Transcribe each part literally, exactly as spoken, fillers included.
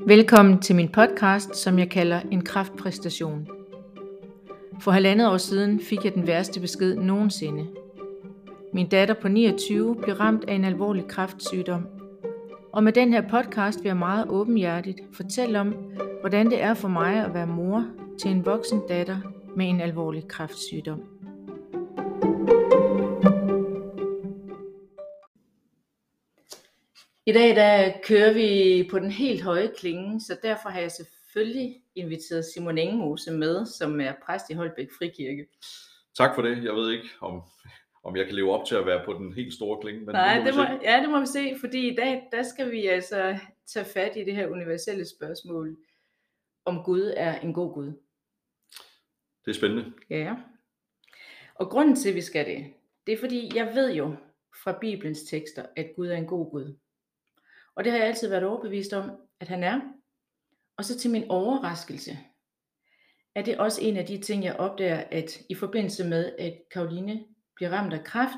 Velkommen til min podcast, som jeg kalder En kraftpræstation. For halvandet år siden fik jeg den værste besked nogensinde. Min datter på niogtyve blev ramt af en alvorlig kræftsygdom. Og med den her podcast vil jeg meget åbenhjertigt fortælle om, hvordan det er for mig at være mor til en voksen datter med en alvorlig kræftsygdom. I dag der kører vi på den helt høje klinge, så derfor har jeg selvfølgelig inviteret Simon Engemose med, som er præst i Holbæk Frikirke. Tak for det. Jeg ved ikke, om, om jeg kan leve op til at være på den helt store klinge. Men Nej, det må det vi må, se. ja, det må vi se, fordi i dag der skal vi altså tage fat i det her universelle spørgsmål, om Gud er en god Gud. Det er spændende. Ja. Og grunden til, at vi skal det, det er fordi, jeg ved jo fra Bibelens tekster, at Gud er en god Gud. Og det har jeg altid været overbevist om, at han er. Og så til min overraskelse, er det også en af de ting, jeg opdager, at i forbindelse med, at Caroline bliver ramt af kræft,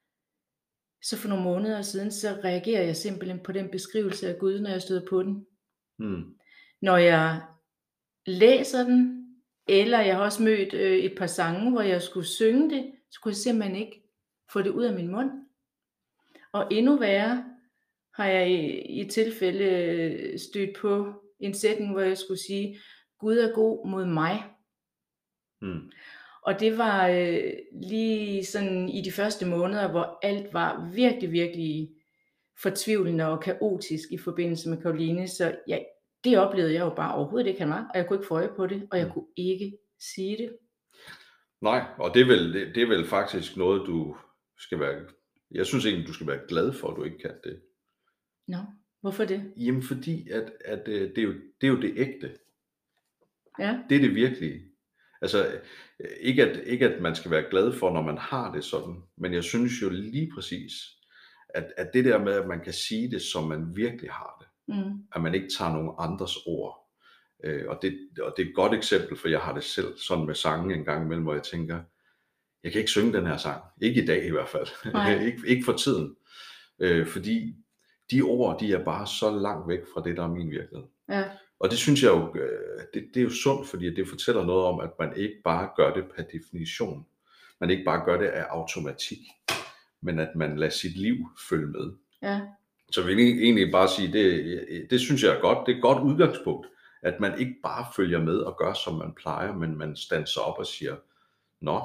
så for nogle måneder siden, så reagerer jeg simpelthen på den beskrivelse af Gud, når jeg støder på den. Hmm. Når jeg læser den, eller jeg har også mødt øh, et par sange, hvor jeg skulle synge det, så kunne jeg simpelthen ikke få det ud af min mund. Og endnu værre har jeg i, i tilfælde stødt på en sætning, hvor jeg skulle sige, Gud er god mod mig. Hmm. Og det var øh, lige sådan i de første måneder, hvor alt var virkelig, virkelig fortvivlende og kaotisk i forbindelse med Caroline. Så ja, det oplevede jeg jo bare overhovedet ikke, han var. Og jeg kunne ikke få øje på det, og jeg Hmm. kunne ikke sige det. Nej, og det er, vel, det, det er vel faktisk noget, du skal være... Jeg synes egentlig, du skal være glad for, at du ikke kan det. Nå, hvorfor det? Jamen fordi, at, at øh, det, er jo, det er jo det ægte. Ja, Det er det virkelige. Altså, øh, ikke at, ikke at man skal være glad for, når man har det sådan, men jeg synes jo lige præcis, at, at det der med, at man kan sige det, som man virkelig har det, mm. at man ikke tager nogen andres ord. Øh, og, det, og det er et godt eksempel, for jeg har det selv sådan med sange en gang imellem, hvor jeg tænker, jeg kan ikke synge den her sang. Ikke i dag i hvert fald. ikke, ikke for tiden. Øh, fordi de ord, de er bare så langt væk fra det, der er min virkelighed. Ja, Og det synes jeg jo, øh, det, det er jo sundt, fordi det fortæller noget om, at man ikke bare gør det per definition. Man ikke bare gør det af automatik, men at man lader sit liv følge med. ja, Så vil jeg egentlig bare sige, det, det synes jeg er godt. Det er et godt udgangspunkt, at man ikke bare følger med og gør, som man plejer, men man standser op og siger, nå,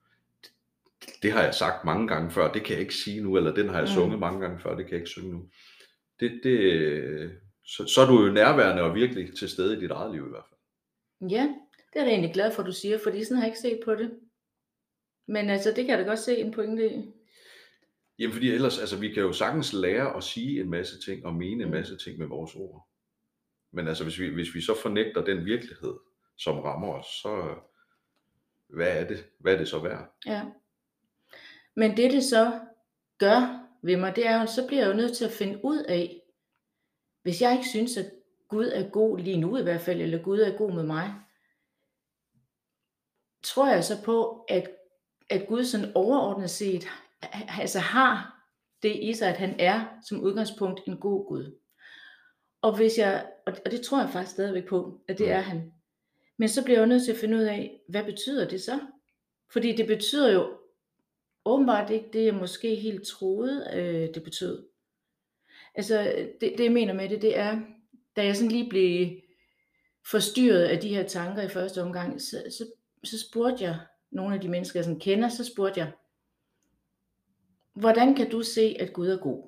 det har jeg sagt mange gange før, det kan jeg ikke sige nu, eller den har jeg Mm. sunget mange gange før, det kan jeg ikke synge nu. Det, det, så, så er du jo nærværende og virkelig til stede i dit eget liv i hvert fald. ja, det er jeg egentlig glad for, at du siger, fordi sådan har jeg ikke set på det. Men altså, det kan jeg da godt se en pointe i. Jamen fordi ellers, altså vi kan jo sagtens lære at sige en masse ting og mene en Mm. masse ting med vores ord. Men altså hvis vi, hvis vi så fornægter den virkelighed, som rammer os, så hvad er det, hvad er det så værd? Ja. Men det det så gør ved mig, det er jo, så bliver jeg jo nødt til at finde ud af, hvis jeg ikke synes, at Gud er god lige nu i hvert fald, eller Gud er god med mig, tror jeg så på, at, at Gud sådan overordnet set, altså har det i sig, at han er som udgangspunkt en god Gud. Og hvis jeg, og og det tror jeg faktisk stadigvæk på, at det Mm. er han. Men så bliver jeg jo nødt til at finde ud af, hvad betyder det så? Fordi det betyder jo åbenbart ikke det, jeg måske helt troede, øh, det betød. Altså, det, det jeg mener med det, det er, da jeg sådan lige blev forstyrret af de her tanker i første omgang, så, så, så spurgte jeg nogle af de mennesker, jeg sådan kender, så spurgte jeg, hvordan kan du se, at Gud er god?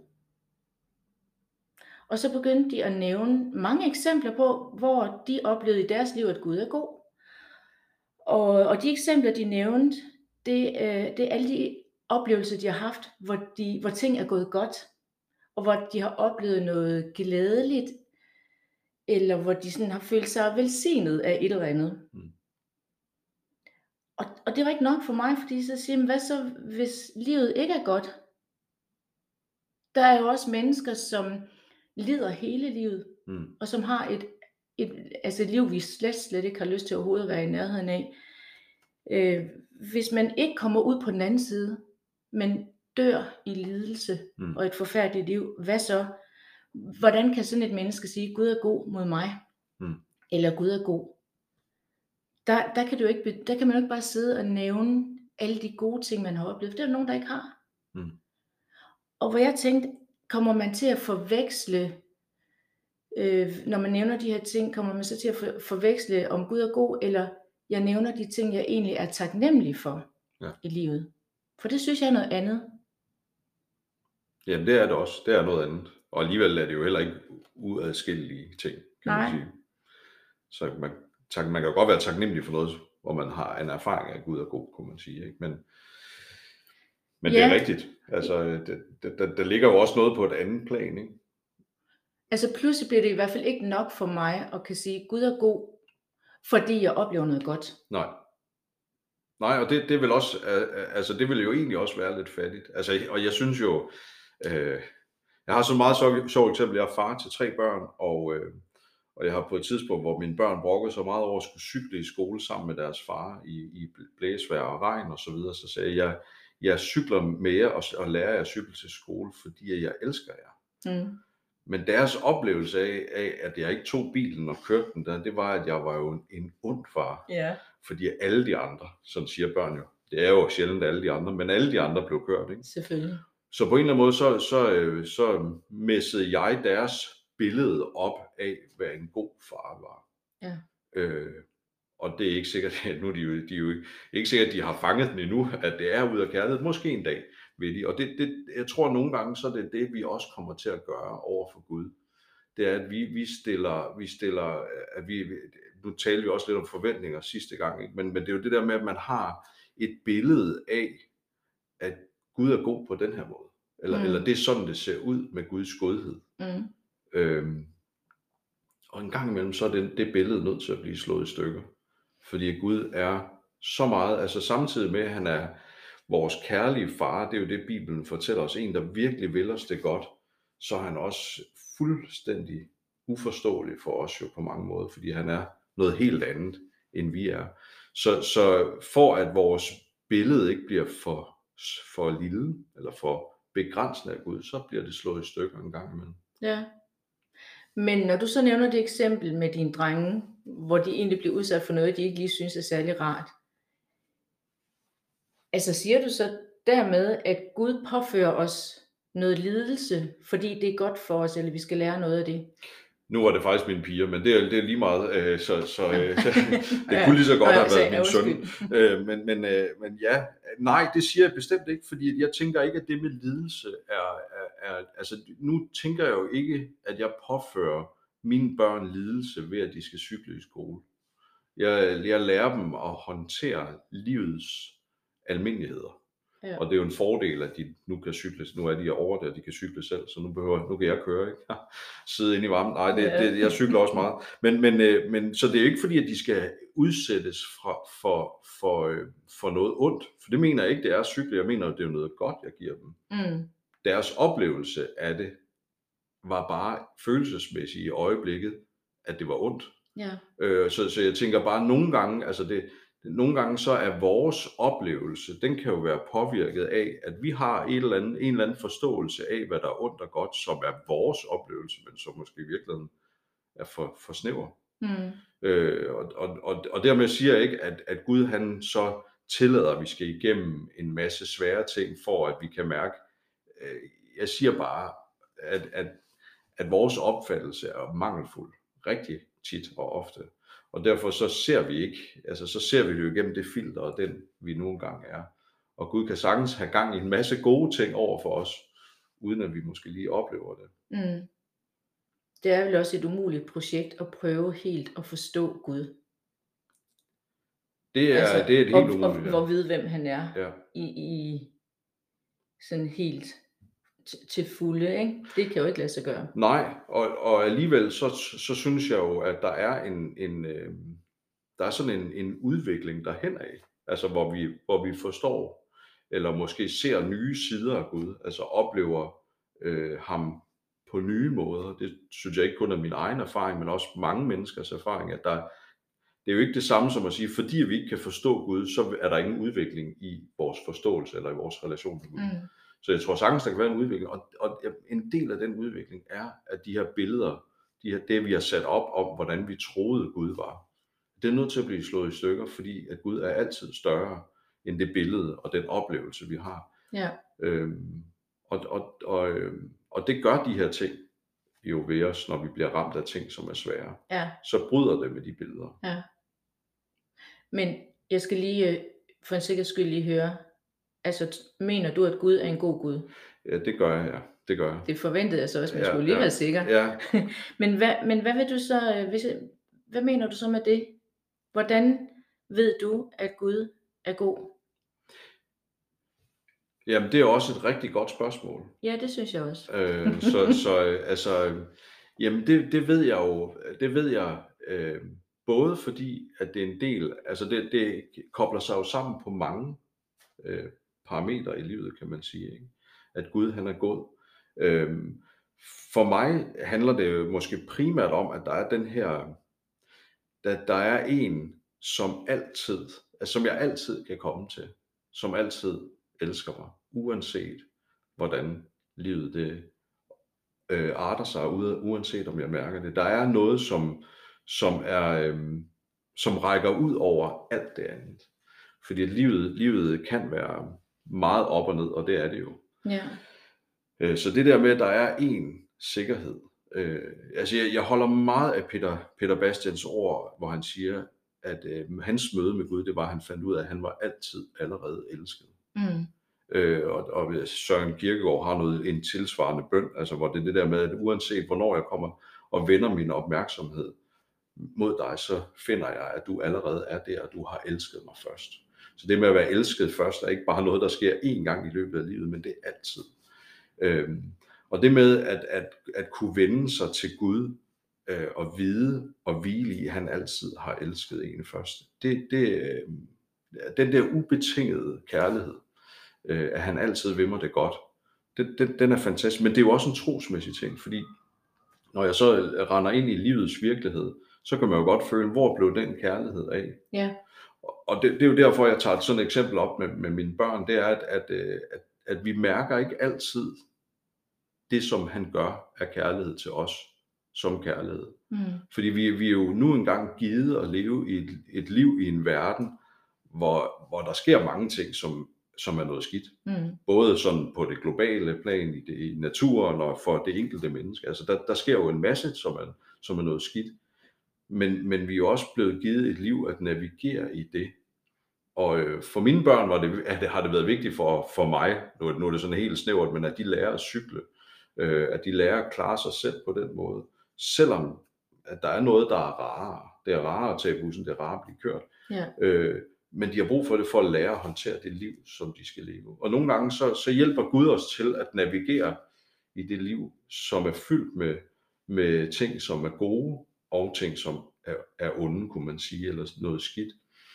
Og så begyndte de at nævne mange eksempler på, hvor de oplevede i deres liv, at Gud er god. Og, og de eksempler, de nævnte, det, øh, det er alle de oplevelser, de har haft, hvor, de, hvor ting er gået godt, og hvor de har oplevet noget glædeligt, eller hvor de sådan har følt sig velsignet af et eller andet. Mm. Og, og det var ikke nok for mig, fordi så siger jeg, hvad så, hvis livet ikke er godt? Der er jo også mennesker, som lider hele livet, Mm. og som har et, et, altså et liv, vi slet, slet ikke har lyst til overhovedet at være i nærheden af. Øh, hvis man ikke kommer ud på den anden side, men dør i lidelse Mm. og et forfærdeligt liv, hvad så? hvordan kan sådan et menneske sige, Gud er god mod mig, Mm. eller Gud er god? Der, der, kan du ikke, der kan man jo ikke bare sidde og nævne alle de gode ting, man har oplevet. Det er jo nogen, der ikke har. Mm. Og hvor jeg tænkte, kommer man til at forveksle, øh, når man nævner de her ting, kommer man så til at for, forveksle, om Gud er god, eller jeg nævner de ting, jeg egentlig er taknemmelig for Ja. i livet. For det synes jeg er noget andet. Jamen det er det også. Det er noget andet. Og alligevel er det jo heller ikke uadskillelige ting, kan Nej. man sige. Så man, tak, man kan jo godt være taknemmelig for noget, hvor man har en erfaring af, at Gud er god, kunne man sige. Ikke? Men, men ja. Det er rigtigt. Altså, det, det, der, der ligger jo også noget på et andet plan. Ikke? Altså pludselig bliver det i hvert fald ikke nok for mig at kan sige, Gud er god, fordi jeg oplever noget godt. Nej. Nej, og det, det vil også, altså det vil jo egentlig også være lidt fattigt. Altså, og jeg synes jo, øh, jeg har så meget sjovt sjov eksempel. Jeg er far til tre børn, og, øh, og jeg har på et tidspunkt, hvor mine børn brokkede så meget over at skulle cykle i skole sammen med deres far i, i blæsvejr og regn og så videre, så sagde jeg, jeg cykler med jer og, og lærer jer at cykle til skole, fordi jeg elsker jer. Mm. Men deres oplevelse af, af, at jeg ikke tog bilen og kørte den der, det var, at jeg var jo en, en ond far. Yeah. Fordi alle de andre, sådan siger børn jo, det er jo sjældent alle de andre, men alle de andre blev kørt. Ikke? Selvfølgelig. Så på en eller anden måde, så, så, så messede jeg deres billede op af, hvad en god far var. Ja. Øh, og det er ikke sikkert, at nu er de jo, de er jo ikke, ikke sikkert, at de har fanget den endnu, at det er ud af kærlighed. Måske en dag ved de. Og det, det, jeg tror, at nogle gange, så er det det, vi også kommer til at gøre over for Gud. Det er, at vi, vi stiller, vi stiller, at vi, nu talte vi også lidt om forventninger sidste gang, ikke? Men, men det er jo det der med, at man har et billede af, at Gud er god på den her måde. Eller, mm. eller det er sådan, det ser ud med Guds godhed. Mm. Øhm, og en gang imellem, så er det, det billede nødt til at blive slået i stykker. Fordi Gud er så meget, altså samtidig med, at han er vores kærlige far, det er jo det, Bibelen fortæller os, en, der virkelig vil os det godt, så er han også fuldstændig uforståelig for os jo på mange måder, fordi han er noget helt andet, end vi er. Så, så for at vores billede ikke bliver for, for lille, eller for begrænsende af Gud, så bliver det slået i stykker en gang imellem. Ja. Men når du så nævner det eksempel med dine drenge, hvor de egentlig bliver udsat for noget, de ikke lige synes er særlig rart. Altså siger du så dermed, at Gud påfører os noget lidelse, fordi det er godt for os, eller vi skal lære noget af det? Nu var det faktisk mine piger, men det er, det er lige meget, øh, så, så øh, det kunne lige så godt have været min søn. Øh, men, men, øh, men ja, nej, det siger jeg bestemt ikke, fordi jeg tænker ikke, at det med lidelse er, er, er, altså nu tænker jeg jo ikke, at jeg påfører mine børn lidelse ved, at de skal cykle i skole. Jeg, jeg lærer dem at håndtere livets almindeligheder. Ja. Og det er jo en fordel, at de nu kan cykle. Nu er de over der, de kan cykle selv, så nu behøver nu kan jeg køre, ikke? Sidde inde i varmen. Nej, det, det, jeg cykler også meget. Men, men, men så det er jo ikke fordi, at de skal udsættes for, for, for, for noget ondt. For det mener jeg ikke, det er at cykle. Jeg mener, det er noget godt, jeg giver dem. Mm. Deres oplevelse af det var bare følelsesmæssigt i øjeblikket, at det var ondt. Ja. Øh, så, så jeg tænker bare nogle gange, altså det Nogle gange så er vores oplevelse, den kan jo være påvirket af, at vi har et eller andet, en eller anden forståelse af, hvad der er ondt og godt, som er vores oplevelse, men som måske i virkeligheden er for, for snæver. Mm. Øh, og, og, og, og dermed siger jeg ikke, at, at Gud han så tillader, at vi skal igennem en masse svære ting, for at vi kan mærke. Øh, jeg siger bare, at, at, at vores opfattelse er mangelfuld, rigtig tit og ofte. Og derfor så ser vi ikke, altså så ser vi det jo igennem det filter og den vi nu engang er. Og Gud kan sagtens have gang i en masse gode ting over for os, uden at vi måske lige oplever det. Mm. Det er vel også et umuligt projekt at prøve helt at forstå Gud. Det er, altså, det er et helt umuligt. Og, og, og vide hvem han er ja. i, i sådan helt til fulde, ikke? Det kan jo ikke lade sig gøre. Nej, og, og alligevel så, så synes jeg jo, at der er en, en øh, der er sådan en, en udvikling derhen af, altså hvor vi, hvor vi forstår, eller måske ser nye sider af Gud, altså oplever øh, ham på nye måder. Det synes jeg ikke kun er min egen erfaring, men også mange menneskers erfaring, at der, det er jo ikke det samme som at sige, fordi vi ikke kan forstå Gud, så er der ingen udvikling i vores forståelse eller i vores relation til Gud. Mm. Så jeg tror sagtens, der kan være en udvikling, og, og en del af den udvikling er, at de her billeder, de her, det vi har sat op om, hvordan vi troede Gud var, det er nødt til at blive slået i stykker, fordi at Gud er altid større end det billede og den oplevelse, vi har. Ja. Øhm, og, og, og, øhm, og det gør de her ting jo ved os, når vi bliver ramt af ting, som er svære. Ja. Så bryder det med de billeder. Ja. Men jeg skal lige for en sikkerheds skyld lige høre, altså mener du, at Gud er en god Gud? Ja, det gør jeg, ja. Det gør jeg. Det forventede jeg så også, men jeg Ja, skulle lige ja, være sikker. Ja. men, hvad, men hvad vil du så, hvis, hvad mener du så med det? Hvordan ved du, at Gud er god? Jamen, det er også et rigtig godt spørgsmål. Ja, det synes jeg også. øh, så, så altså, jamen det, det ved jeg jo, det ved jeg øh, både fordi, at det er en del, altså det, det kobler sig jo sammen på mange øh, parametre i livet, kan man sige, ikke? At Gud han er god. Øh, for mig handler det jo måske primært om, at der er den her, at der er en, som altid, altså som jeg altid kan komme til, som altid elsker mig, uanset hvordan livet det øh, arter sig, uanset om jeg mærker det. Der er noget, som, som, er, øh, som rækker ud over alt det andet. Fordi livet, livet kan være meget op og ned, og det er det jo. Ja. Øh, så det der med, at der er en sikkerhed. Øh, altså jeg, jeg holder meget af Peter, Peter Bastians ord, hvor han siger, at øh, hans møde med Gud, det var, at han fandt ud af, at han var altid allerede elsket. Mm. Øh, og, og Søren Kierkegaard har noget, en tilsvarende bøn, altså hvor det er det der med, at uanset hvornår jeg kommer og vender min opmærksomhed mod dig, så finder jeg, at du allerede er der, og du har elsket mig først. Så det med at være elsket først, er ikke bare noget, der sker én gang i løbet af livet, men det er altid. Øhm, og det med at, at, at kunne vende sig til Gud, øh, og vide og hvile i, at han altid har elsket en først, det, det, øh, den der ubetingede kærlighed, øh, at han altid vil mig det godt, den, den, den er fantastisk, men det er jo også en trosmæssig ting, fordi når jeg så render ind i livets virkelighed, så kan man jo godt føle, hvor blev den kærlighed af? Ja. Og det, det er jo derfor, jeg tager sådan et eksempel op med, med mine børn, det er, at, at, at, at vi mærker ikke altid det, som han gør af kærlighed til os, som kærlighed. Mm. Fordi vi, vi er jo nu engang givet at leve i et, et liv i en verden, hvor, hvor der sker mange ting, som, som er noget skidt. Mm. Både sådan på det globale plan, i, det, i naturen og for det enkelte menneske. Altså der, der sker jo en masse, som er, som er noget skidt. Men, men vi er jo også blevet givet et liv at navigere i det. Og øh, for mine børn var det, at det, har det været vigtigt for, for mig, nu, nu er det sådan helt snævert, men at de lærer at cykle. Øh, at de lærer at klare sig selv på den måde. Selvom at der er noget, der er rarere. Det er rarere at tage bussen, det er rarere at blive kørt. Ja. Øh, men de har brug for det for at lære at håndtere det liv, som de skal leve. Og nogle gange så, så hjælper Gud os til at navigere i det liv, som er fyldt med, med ting, som er gode, og ting, som er, er onde, kunne man sige, eller noget skidt.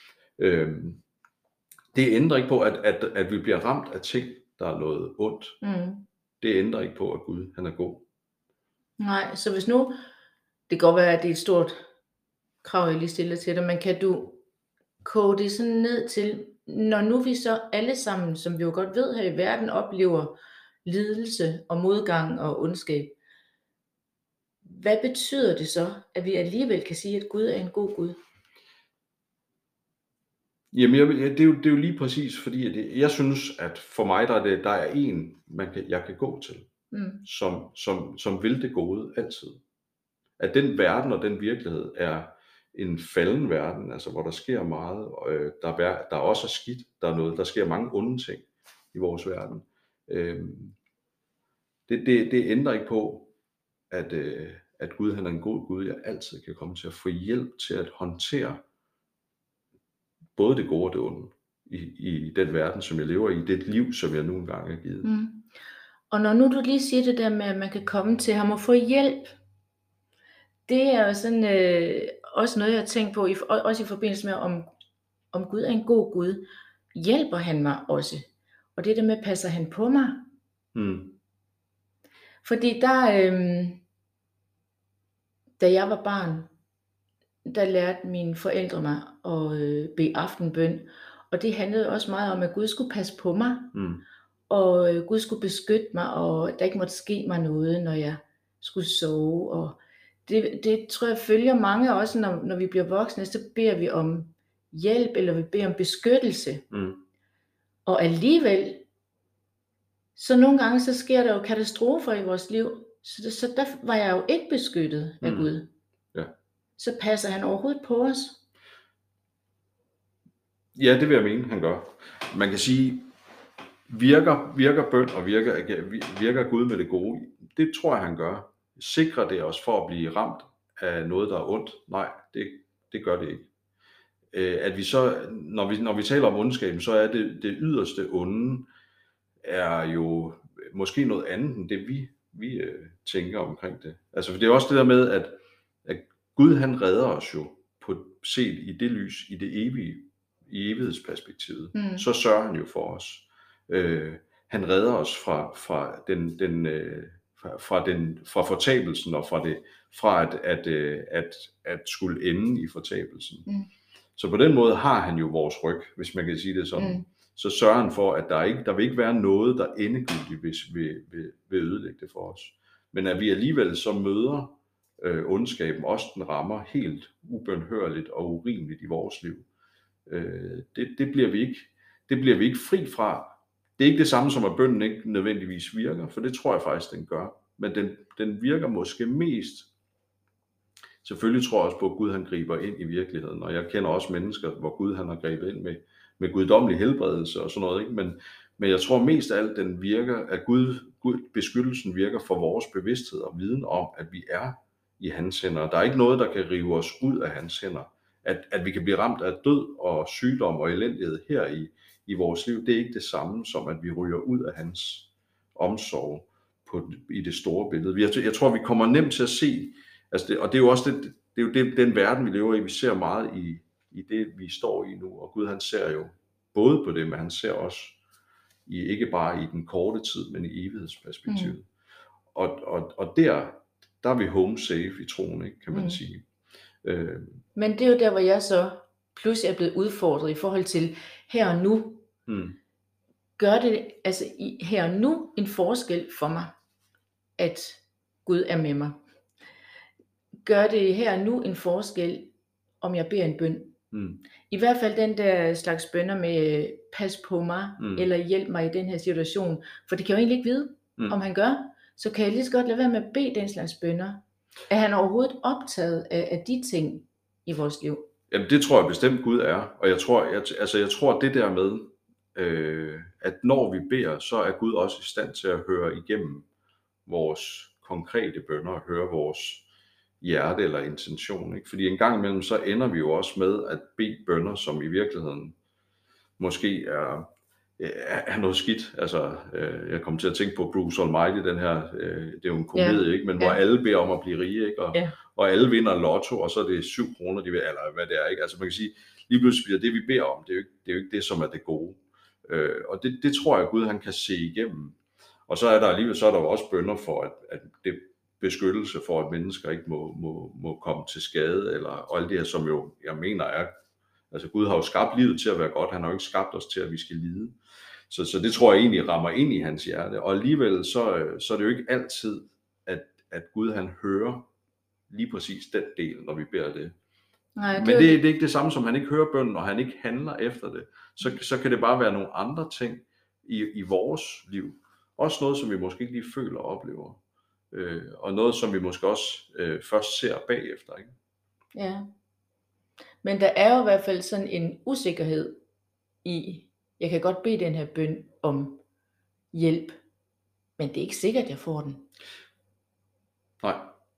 Øhm, det ændrer ikke på, at, at, at vi bliver ramt af ting, der er noget ondt. Mm. Det ændrer ikke på, at Gud han er god. Nej, så hvis nu, det kan godt være, at det er et stort krav, jeg lige stiller til dig, men kan du koge det sådan ned til, når nu vi så alle sammen, som vi jo godt ved her i verden, oplever lidelse og modgang og ondskab, hvad betyder det så, at vi alligevel kan sige, at Gud er en god Gud? Jamen, jeg, det, er jo, det er jo lige præcis, fordi at det, jeg synes, at for mig, der er, det, der er en, man kan, jeg kan gå til, Mm. som, som, som vil det gode altid. At den verden og den virkelighed er en falden verden, altså hvor der sker meget, og øh, der, er, der også er skidt, der er noget, der sker mange onde ting i vores verden. Øh, det, det, det ændrer ikke på, at, øh, at Gud han er en god Gud, jeg altid kan komme til at få hjælp til at håndtere både det gode og det onde i, i den verden, som jeg lever i, det liv, som jeg nu engang er givet. Mm. Og når nu du lige siger det der med, at man kan komme til ham og få hjælp, det er jo sådan øh, også noget, jeg har tænkt på, i, også i forbindelse med, om, om Gud er en god Gud, hjælper han mig også? Og det der med, passer han på mig? Mm. Fordi der, øh, da jeg var barn, der lærte mine forældre mig at øh, bede aftenbøn, og det handlede også meget om, at Gud skulle passe på mig. Mm. og øh, Gud skulle beskytte mig, og der ikke måtte ske mig noget, når jeg skulle sove. Og det, det tror jeg følger mange også, når, når vi bliver voksne, så beder vi om hjælp, eller vi beder om beskyttelse. Mm. Og alligevel, så nogle gange, så sker der jo katastrofer i vores liv, så, det, så der var jeg jo ikke beskyttet af Mm. Gud. Ja. Så passer han overhovedet på os. Ja, det vil jeg mene, han gør. Man kan sige, virker, virker bøn og virker, virker Gud med det gode? Det tror jeg, han gør. Sikrer det os for at blive ramt af noget, der er ondt? Nej, det, det gør det ikke. At vi så, når vi, når vi taler om ondskaben, så er det, det yderste onde, er jo måske noget andet end det, vi, vi øh, tænker omkring det. Altså, for det er også det der med, at, at Gud, han redder os jo på set i det lys, i det evige, i evighedsperspektivet. Mm. Så sørger han jo for os. Øh, han redder os fra, fra den, den øh, fra, fra den fra fortabelsen og fra det fra at at at, at, at skulle ende i fortabelsen. Mm. Så på den måde har han jo vores ryg, hvis man kan sige det sådan. Mm. Så sørger han for, at der ikke der vil ikke være noget, der endegyldigt vil, vil, vil, vil ødelægge det for os. Men at vi alligevel så møder øh, ondskaben, også den rammer helt ubønhørligt og urimeligt i vores liv. Øh, det, det bliver vi ikke det bliver vi ikke fri fra. Det er ikke det samme som, at bønnen ikke nødvendigvis virker, for det tror jeg faktisk, den gør. Men den, den virker måske mest. Selvfølgelig tror jeg også på, at Gud han griber ind i virkeligheden, og jeg kender også mennesker, hvor Gud han har grebet ind med, med guddommelig helbredelse og sådan noget. Ikke? Men, men jeg tror mest af alt, den virker, at Gud, Gud, beskyttelsen virker for vores bevidsthed og viden om, at vi er i hans hænder. Der er ikke noget, der kan rive os ud af hans hænder. At, at vi kan blive ramt af død og sygdom og elendighed her i, i vores liv, det er ikke det samme som, at vi ryger ud af hans omsorg på, i det store billede. Jeg, jeg tror, vi kommer nemt til at se, altså det, og det er jo også det, det er jo det, den verden, vi lever i. Vi ser meget i, i det, vi står i nu, og Gud han ser jo både på det, men han ser også i, ikke bare i den korte tid, men i evighedsperspektivet. Mm. Og, og, og der, der er vi home safe i troen, ikke, kan man mm. sige. Øh, Men det er jo der, hvor jeg så pludselig er blevet udfordret i forhold til her og nu. Mm. Gør det altså i, her og nu en forskel for mig, at Gud er med mig? Gør det her og nu en forskel, om jeg beder en bøn? Mm. I hvert fald den der slags bønner med pas på mig, mm. eller hjælp mig i den her situation. For det kan jeg jo egentlig ikke vide, mm. om han gør. Så kan jeg lige så godt lade være med at bede den slags bønner. Er han overhovedet optaget af, af de ting i vores liv? Jamen det tror jeg bestemt Gud er. Og jeg tror, jeg, altså jeg tror det der med, øh, at når vi beder, så er Gud også i stand til at høre igennem vores konkrete bønner, og høre vores hjerte eller intention. Ikke? Fordi en gang imellem, så ender vi jo også med at bede bønner, som i virkeligheden måske er, er noget skidt. Altså, øh, jeg kom til at tænke på Bruce Almighty, den her, øh, det er jo en komedie, yeah. ikke? Men hvor yeah. alle beder om at blive rige, ikke? Og, yeah. og alle vinder lotto, og så er det syv kroner, de vil, eller hvad det er, ikke? Altså man kan sige, lige pludselig bliver det, vi beder om, det er jo ikke det, er jo ikke det som er det gode. Øh, og det, det tror jeg, Gud han kan se igennem. Og så er der alligevel, så er der jo også bønner for, at, at det beskyttelse for, at mennesker ikke må, må, må komme til skade, eller og alt det her, som jo, jeg mener er, altså Gud har jo skabt livet til at være godt, han har jo ikke skabt os til, at vi skal lide. Så, så det tror jeg egentlig rammer ind i hans hjerte, og alligevel så, så er det jo ikke altid, at, at Gud han hører lige præcis den del, når vi beder det. Nej, det Men det, det er ikke det samme som, han ikke hører bønnen, og han ikke handler efter det. Så, så kan det bare være nogle andre ting i, i vores liv. Også noget, som vi måske ikke lige føler og oplever. Øh, og noget, som vi måske også øh, først ser bagefter. Ikke? Ja. Men der er jo i hvert fald sådan en usikkerhed i, jeg kan godt bede den her bøn om hjælp, men det er ikke sikkert, at jeg får den. Nej.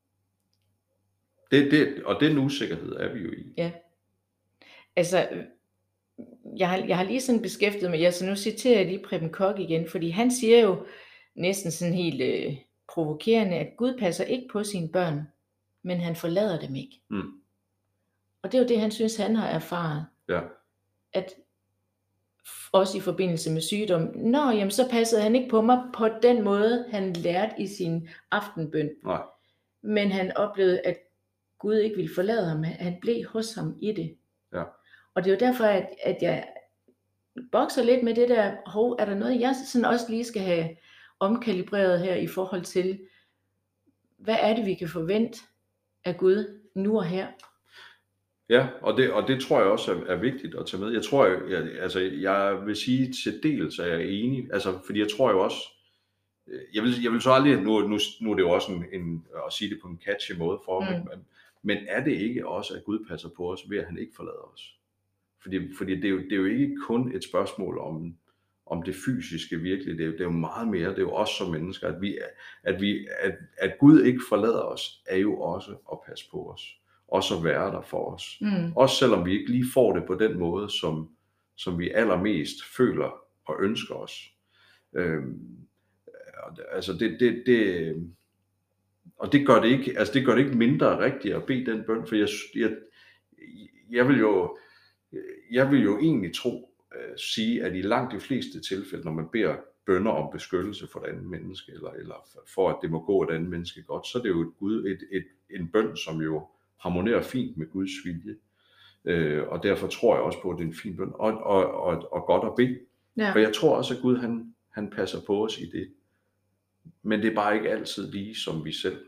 Det, det, og den usikkerhed er vi jo i. Ja. Altså, jeg har, jeg har lige sådan beskæftiget mig, jeg, så nu citerer jeg lige Preben Koch igen, fordi han siger jo næsten sådan helt øh, provokerende, at Gud passer ikke på sine børn, men han forlader dem ikke. Mm. Og det er jo det, han synes, han har erfaret. Ja. At også i forbindelse med sygdom, nå, jamen så passede han ikke på mig på den måde, han lærte i sin aftenbøn. Nej. Men han oplevede, at Gud ikke ville forlade ham. Han blev hos ham i det. Ja. Og det er jo derfor, at, at jeg bokser lidt med det der, hov, er der noget, jeg sådan også lige skal have omkalibreret her i forhold til, hvad er det, vi kan forvente af Gud nu og her? Ja, og det, og det tror jeg også er, er vigtigt at tage med. Jeg tror, jeg, jeg, altså, jeg vil sige til dels, at jeg er enig, altså, fordi jeg tror jo også, jeg vil, jeg vil så aldrig, nu, nu, nu er det jo også en, en, at sige det på en catchy måde for mig, Mm. men, men er det ikke også, at Gud passer på os, ved at han ikke forlader os? Fordi, fordi det, er jo, det er jo ikke kun et spørgsmål om, om det fysiske virkelig, det er, det er jo meget mere, det er jo også som mennesker, at, vi, at, vi, at, at Gud ikke forlader os, er jo også at passe på os, også at være der for os. Mm. Også selvom vi ikke lige får det på den måde, som, som vi allermest føler og ønsker os. Øhm, altså det, det, det, og det gør det ikke, altså det gør det ikke mindre rigtigt at bede den bøn, for jeg, jeg, jeg vil jo, jeg vil jo egentlig tro, uh, sige, at i langt de fleste tilfælde, når man beder bønner om beskyttelse for et andet menneske, eller, eller for at det må gå et andet menneske godt, så er det jo et Gud, et, et, en bøn, som jo harmonerer fint med Guds vilje. Uh, og derfor tror jeg også på, at det er en fin bøn, og, og, og, og godt at bede. Ja. For jeg tror også, at Gud han, han passer på os i det. Men det er bare ikke altid lige, som vi selv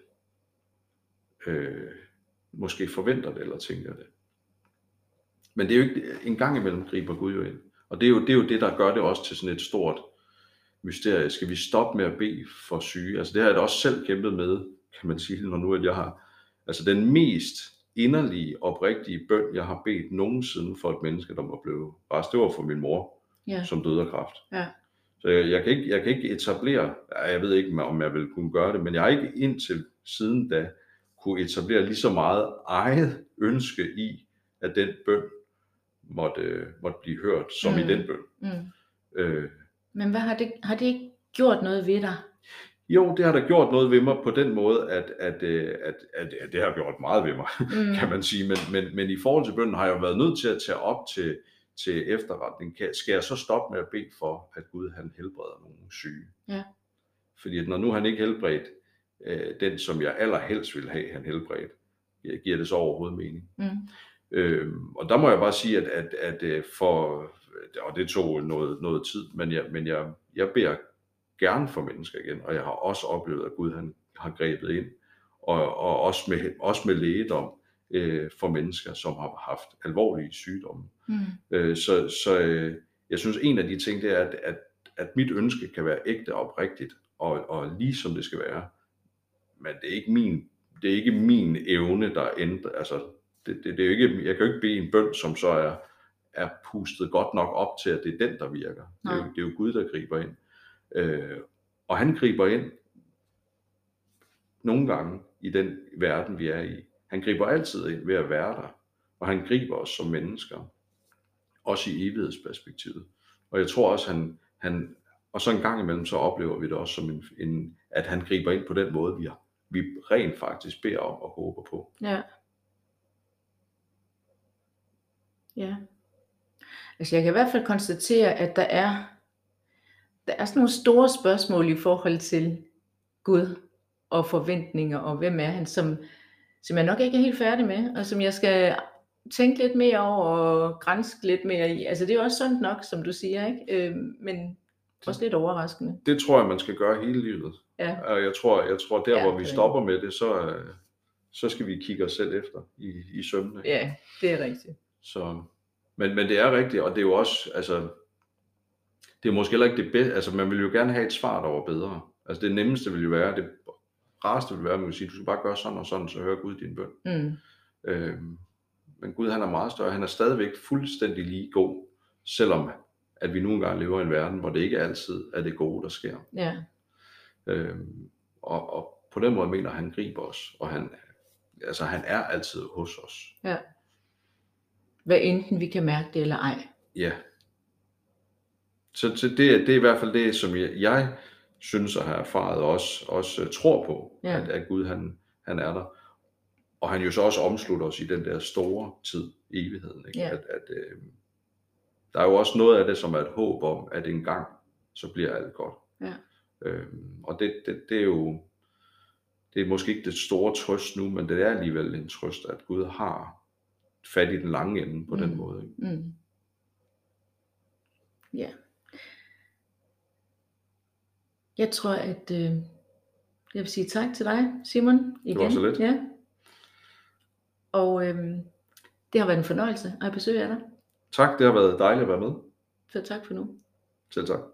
øh, måske forventer det, eller tænker det. Men det er jo ikke, en gang imellem griber Gud jo ind. Og det er jo, det er jo det, der gør det også til sådan et stort mysterie. Skal vi stoppe med at bede for syge? Altså det har jeg da også selv kæmpet med, kan man sige, når nu at jeg har, altså den mest inderlige, oprigtige bøn, jeg har bedt nogensinde for et menneske, der må blive rask, det var for min mor, Ja. som døde af kræft. Ja. Så jeg, jeg, kan ikke, jeg kan ikke etablere, jeg ved ikke, om jeg vil kunne gøre det, men jeg har ikke indtil siden da kunne etablere lige så meget eget ønske i, at den bøn måtte, måtte blive hørt, som mm. i den bøn. Mm. Øh, Men hvad har det, har det ikke gjort noget ved dig? Jo, det har da gjort noget ved mig på den måde, at, at, at, at, at, at det har gjort meget ved mig, mm. kan man sige. Men, men, men i forhold til bønnen har jeg jo været nødt til at tage op til, til efterretning. Skal jeg så stoppe med at bede for, at Gud han helbreder nogle syge? Ja. Fordi at når nu han ikke helbredt øh, den, som jeg allerhelst ville have, han helbredt, giver det så overhovedet mening. Mm. Øhm, og der må jeg bare sige, at, at, at for, og det tog noget, noget tid, men, jeg, men jeg, jeg beder gerne for mennesker igen, og jeg har også oplevet, at Gud han har grebet ind, og, og også, med, også med lægedom øh, for mennesker, som har haft alvorlige sygdomme. Mm. Øh, så så øh, jeg synes, en af de ting, det er, at, at, at mit ønske kan være ægte og oprigtigt, og, og lige som det skal være, men det er ikke min, det er ikke min evne, der ændrer, altså, det, det, det er jo ikke, jeg kan jo ikke bede en bøn, som så er, er pustet godt nok op til, at det er den, der virker. Det er, jo, det er jo Gud, der griber ind. Øh, og han griber ind nogle gange i den verden, vi er i. Han griber altid ind ved at være der, og han griber os som mennesker, også i evighedsperspektivet. Og jeg tror også, han, han og så en gang imellem, så oplever vi det også som en, en at han griber ind på den måde, vi, har, vi rent faktisk beder om og håber på. Ja. Ja. Altså jeg kan i hvert fald konstatere, at der er Der er sådan nogle store spørgsmål i forhold til Gud og forventninger, og hvem er han, som, som jeg nok ikke er helt færdig med, og som jeg skal tænke lidt mere over og grænske lidt mere i. Altså det er jo også sundt nok, som du siger, ikke? Øh, men også lidt overraskende. Det tror jeg, man skal gøre hele livet. Ja. Og jeg tror, jeg tror der, ja, hvor vi stopper med det, så, så skal vi kigge os selv efter i, i sømne. Ja, det er rigtigt. Så, men, men det er rigtigt, og det er jo også, altså, det er måske heller ikke det bedste, altså man vil jo gerne have et svar, der var bedre. Altså det nemmeste vil jo være, det rareste vil være, at man vil sige, du skal bare gøre sådan og sådan, så hører Gud din bøn. Mm. Øhm, men Gud han er meget større, han er stadigvæk fuldstændig lige god, selvom at vi nogle gange lever i en verden, hvor det ikke altid er det gode, der sker. Ja. Øhm, og, og på den måde mener han griber os, og han, altså han er altid hos os. Ja. Hvad enten vi kan mærke det eller ej. Ja. Så, så det, det er i hvert fald det, som jeg, jeg synes at have erfaret, og også, også tror på, ja. at, at Gud han, han er der. Og han jo så også omslutter os i den der store tid, evigheden. Ikke? Ja. At, at, øh, der er jo også noget af det, som er et håb om, at en gang, så bliver alt godt. Ja. Øhm, og det, det, det er jo, det er måske ikke det store trøst nu, men det er alligevel en trøst, at Gud har fat i den lange ende på mm. den måde. Ikke? Mm. Ja. Jeg tror, at øh, jeg vil sige tak til dig, Simon, igen. Det var så lidt. Ja. Og øh, det har været en fornøjelse at besøge af dig. Tak, det har været dejligt at være med. Så tak for nu. Selv tak.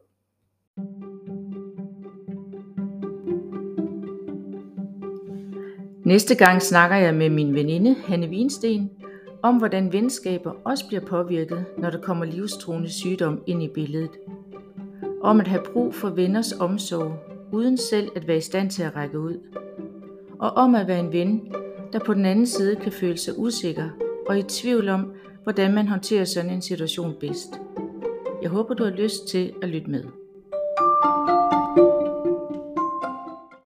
Næste gang snakker jeg med min veninde, Hanne Winsten, om hvordan venskaber også bliver påvirket, når der kommer livstruende sygdom ind i billedet. Om at have brug for venners omsorg, uden selv at være i stand til at række ud. Og om at være en ven, der på den anden side kan føle sig usikker og i tvivl om, hvordan man håndterer sådan en situation bedst. Jeg håber, du har lyst til at lytte med.